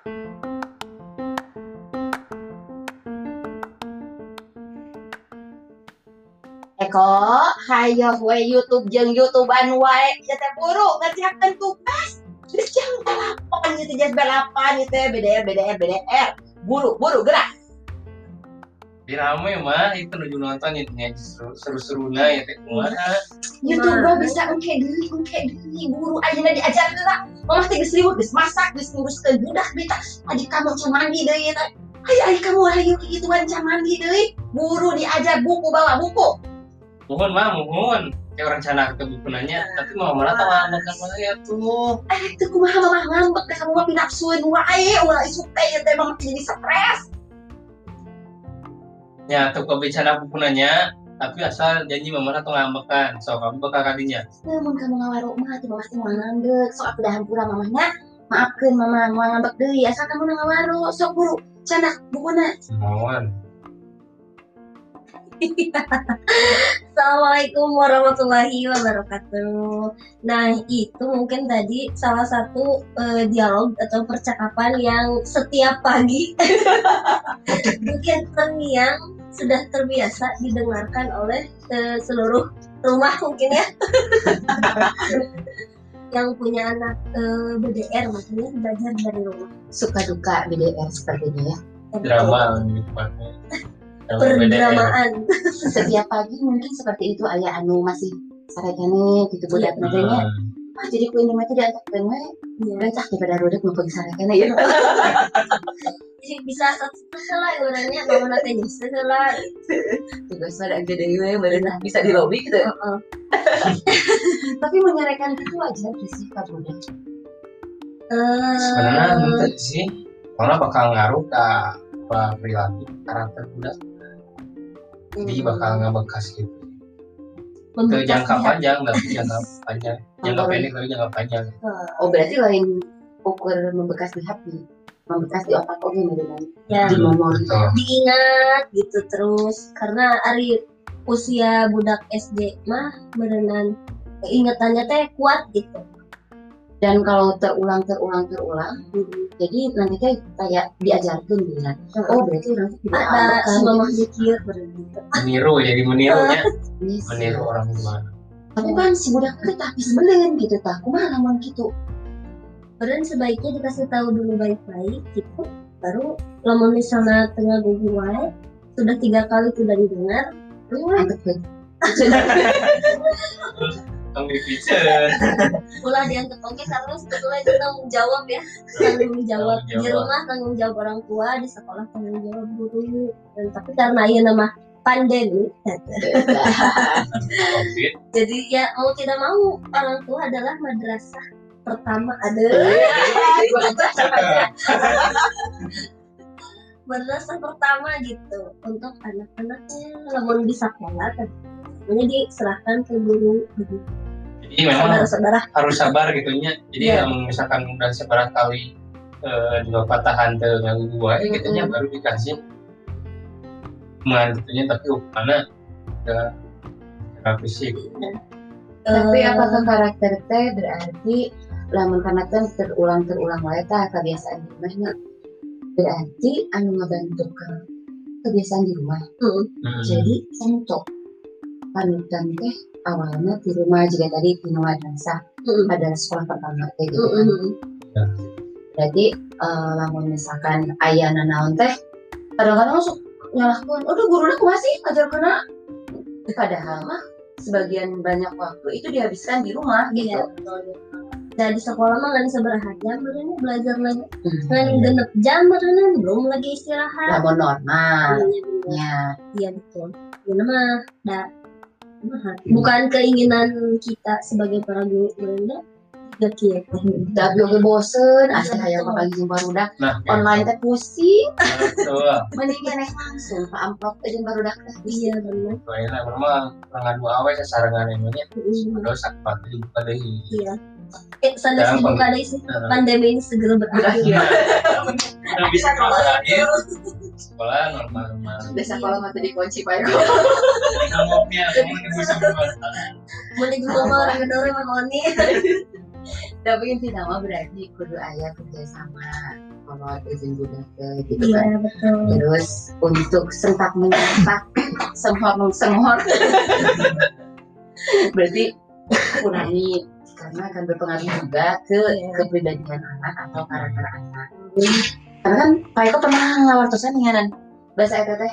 Eko, hayo we YouTube jeung YouTubean wae, ya teh buru ngerjakeun tugas. Geus jam 8 gitu, jam 8 gitu ya, BDR. Buru gerak. Di rame mah itu nuju nonton itu nya seru-seruna ya teh kumaha. YouTube mah bisa engke deui, buru ayeuna diajar heula. Mama teh geus ribut, geus masak, geus nguruskeun budak bita. Adik kamu can mandi deui teh. Ayo kamu hayu kigituan can mandi deui. Buru diajar buku bawa buku. Mohon kayak orang cana ke buku nanya tapi mau malah tahu makan mana ya tuh Itu kumaha mama ngambek teh kamu mah pinapsueun wae ulah isuk teh ya teh mama jadi stres. ya tuh kau bicara buku nanya tapi asal janji mama atau ngambekan so kamu bakal kadinya Namun kamu ngawaro mah teh mama teh mau ngambek sok aku dahan pura mamahnya maafkeun mama mau ngambek deui asal kamu ngawaro sok buru cenah bukuna. mohon. Assalamualaikum warahmatullahi wabarakatuh. Nah, itu mungkin tadi salah satu dialog atau percakapan yang setiap pagi mungkin yang sudah terbiasa didengarkan oleh seluruh rumah mungkin ya. Yang punya anak BDR maksudnya belajar dari rumah. Suka duka BDR sepertinya ya. Drama nikmatnya Perdramaan. Setiap pagi mungkin seperti itu aya anu masih sarekene gitu budak nadanya. Jadi ku ini mah teh diantakkeun we. Bencah daripada rudet mau pergi sarekene ya. Jadi bisa setelah urangnya mama teh geus setelah Tugas pada gede we berenang bisa di lobi gitu. Tapi menyarankan itu wajar sih Kak Bunda. sebenarnya itu sih karena bakal ngaruh ke perilaku karakter budak jadi bakal ngebekas gitu ke jangka panjang tapi jangka pendek tapi jangka panjang. Oh berarti lain ukur membekas di hati, membekas di otak oke dengan ya, di memori. diingat gitu terus karena ari usia budak SD mah berenang ingatannya teh kuat gitu. Dan kalau terulang, jadi nanti teh kayak diajarkan dia. Oh berarti orang itu tidak Ada semua gitu. makhluk kieu gitu. Meniru orang tua. Tapi kan si budak teh tapi sebelen gitu tah. Kumaha lamun gitu. Beren sebaiknya dikasih tahu dulu baik-baik gitu baru lamun misalnya tengah gugu wae sudah 3 kali tidak didengar Angkat we. Tong dipiceun. ulah diangkat oke karena sebetulnya itu tanggung jawab ya tanggung jawab di rumah tanggung jawab orang tua di sekolah tanggung jawab guru dan tapi karena ya nama pandemi Covid. jadi ya mau tidak mau orang tua adalah madrasah pertama madrasah pertama gitu untuk anak-anaknya namun di sekolah tentunya diserahkan ke guru begitu. Jadi memang Saudara-saudara harus sabar gitunya. Jadi kalau misalkan udah seberapa kali juga patahan ke ngagu gua gitunya baru dikasih gitunya tapi mana udah secara fisik. Tapi apakah karakter teh berarti lamun karakter terulang wae tah kebiasaan di rumahnya. Berarti anu ngabantu ke kebiasaan di rumah. Jadi contoh panutan teh awalnya di rumah juga tadi di madrasah adalah sekolah pertama kayak gitu kan. Berarti lamun misalkan aya nanaon teh kadang-kadang langsung nyalahkeun, "Aduh guruna kumaha sih ngajarkeunna?" Padahal mah sebagian banyak waktu itu dihabiskan di rumah gitu. dan di sekolah mah nggak sabaraha jam berenang belajar lagi kan genep jam berenang belum lagi istirahat Lamun normal. iya Ya. betul ini mah bukan keinginan kita sebagai para guru berenang juga kieu Tapi oke bosen, asal hayang pagi jeung barudak. Online teh pusing. Betul. Mending naik langsung ke amplop teh jeung barudak teh. iya benar Soalnya memang ngadu awe sasarangan ini dosa pasti buka deui. iya sadar dibuka deh sih pandemi ini segera berakhir Udah bisa berakhir. Sekolah normal. Desa sekolah mah teh dikunci pae. Ngomongnya ngomong ibu semua. boleh juga orang gedor mah oni Tapi intinya mah berarti kudu aya kerjasama kolot izin budak gitu Iya kan. betul. Terus untuk sentak menyentak senghor berarti kurangi karena akan berpengaruh juga ke kepribadian anak atau karakter anak. Karena kan Pak Eko pernah ngawartosan dengan bahasa eta teh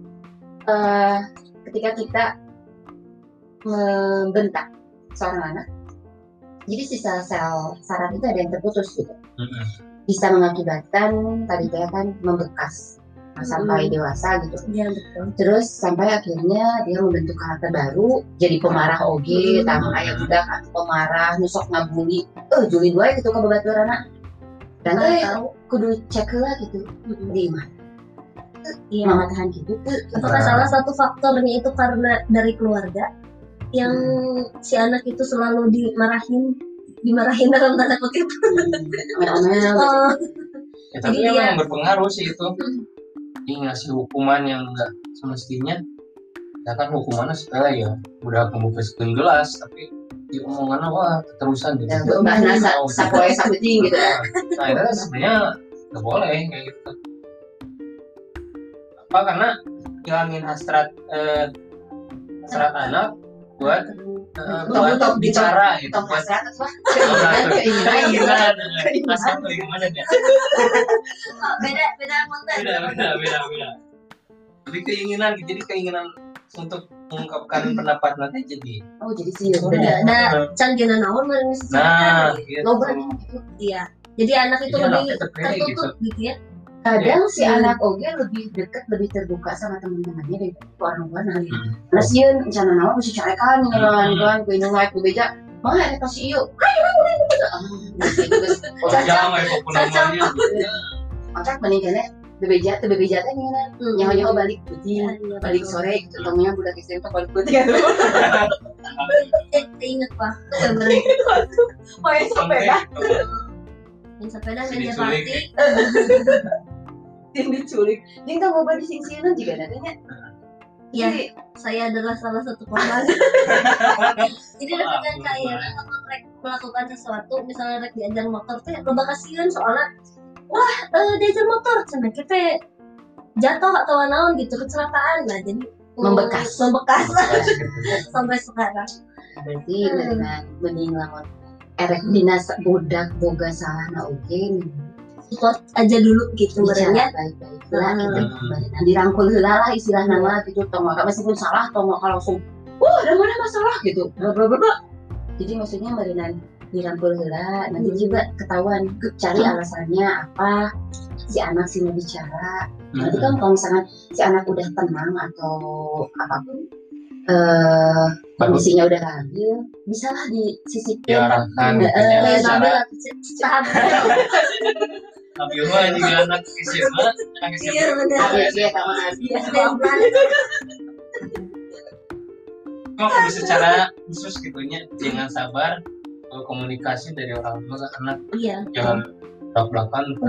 ketika kita membentak seorang anak, jadi si sel-sel saraf itu ada yang terputus gitu, bisa mengakibatkan tadi kan membekas sampai dewasa gitu. Iya betul. Terus sampai akhirnya dia membentuk karakter baru, jadi pemarah oge, tamu ayah budak atau pemarah, nusok ngabuli, juli dua gitu ke babaturan anak. Dan tahu kudu cek lah gitu di mana. Iya. Mama tahan gitu. Apakah salah satu faktornya itu karena dari keluarga yang si anak itu selalu dimarahin dalam tanda kutip. Ya, tapi memang berpengaruh sih itu. Ini ngasih hukuman yang enggak semestinya. Ya kan hukumannya sepele ya. Udah pembuktian gelas tapi di omongannya wah keterusan gitu. Enggak nasa sapoe sabeting gitu. Nah, itu sebenarnya enggak boleh kayak gitu. Apa karena hilangin hasrat anak buat bicara gitu. Hasrat apa? Keinginan. Hasrat gimana ya? Beda konteks. Beda. Jadi keinginan untuk mengungkapkan pendapat nanti jadi. Oh jadi sih beda. Ada canggihna naon meureun gitu. Loba gitu. Iya. Jadi anak itu lebih tertutup gitu ya. Kadang si anak oge lebih dekat, lebih terbuka sama teman-temannya daripada orang-orang. Nah sieun rencana naon mesti carekan ngelan kudu naik ku beja. Mah eta si ieu. Jangan main popularitasnya. Maka mending kene bebeja teh nyeuna. Nyaho-nyaho balik putih, balik sore gitu temunya budak SMP balik putih. Ingat Pak. Main sepeda. Main sepeda meja party. Yang diculik, yang tak mau balik sing-singan juga nantinya. Iya, saya adalah salah satu korban. Jadi ketika kayak melakukan sesuatu, misalnya rek diajar motor teh, loba kasihan soalnya, wah diajar motor, cenah kita jatuh atau naon gitu kecelakaan lah, jadi membekas sampai sekarang. Berarti mending lawan erek dinas budak boga salah na oge. Support aja dulu gitu sebenarnya baik-baik lah gitu. Dirangkul heula lah istilah nama gitu tong meskipun salah tong langsung ada mana masalah gitu. Jadi maksudnya meureun dirangkul heula nanti juga ketahuan cari alasannya apa si anak sini bicara. Nanti kan kalau misalnya si anak udah tenang atau apapun kondisinya udah labil, bisa lah disisipin. Diarahkan tapi mah juga anak SMA. Iya benar. Iya, Kok secara khusus gitunya jangan sabar komunikasi dari orang tua ke anak. Iya. Jangan belak-belakan.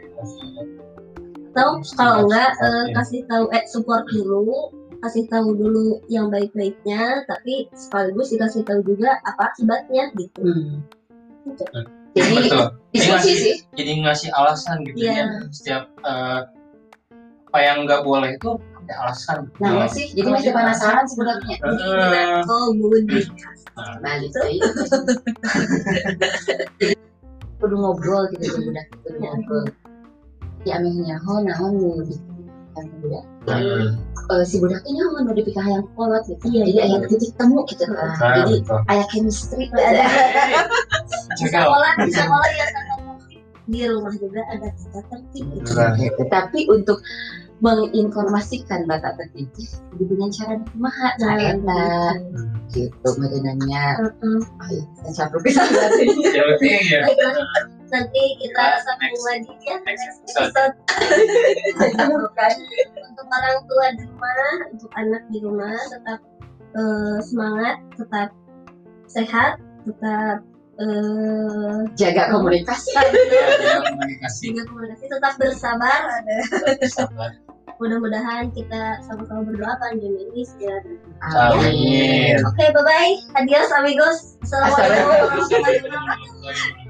Atau kalau enggak kasih tahu support dulu, kasih tahu dulu yang baik-baiknya, tapi sekaligus dikasih tahu juga apa akibatnya gitu. Gitu. Jadi diskusi sih. Jadi ngasih alasan gitu ya. Setiap apa yang nggak boleh itu ada alasan. Nah sih, jadi masih penasaran sebenarnya. Oh budi. Balik lagi. Kudu ngobrol gitu budak, kudu ngobrol. Ya amehnya naon nu kan budak. Si budak ini mau dipikah yang kolot gitu. Jadi aya titik temu gitu kan. Jadi aya chemistry ada. Sekolah ya di rumah juga ada tata tertib gitu. Tapi untuk menginformasikan tata tertib dengan cara kumaha eta gitu modelannya. Ayo saya bisa berarti. Ya. Nanti kita sambung lagi ya episode untuk orang tua di rumah, untuk anak di rumah tetap semangat, tetap sehat, tetap jaga komunikasi. Tetap bersabar. Mudah-mudahan kita sama-sama berdoa pandemi ini segera. Amin. Oke, bye bye. Adios amigos. Assalamualaikum warahmatullahi wabarakatuh.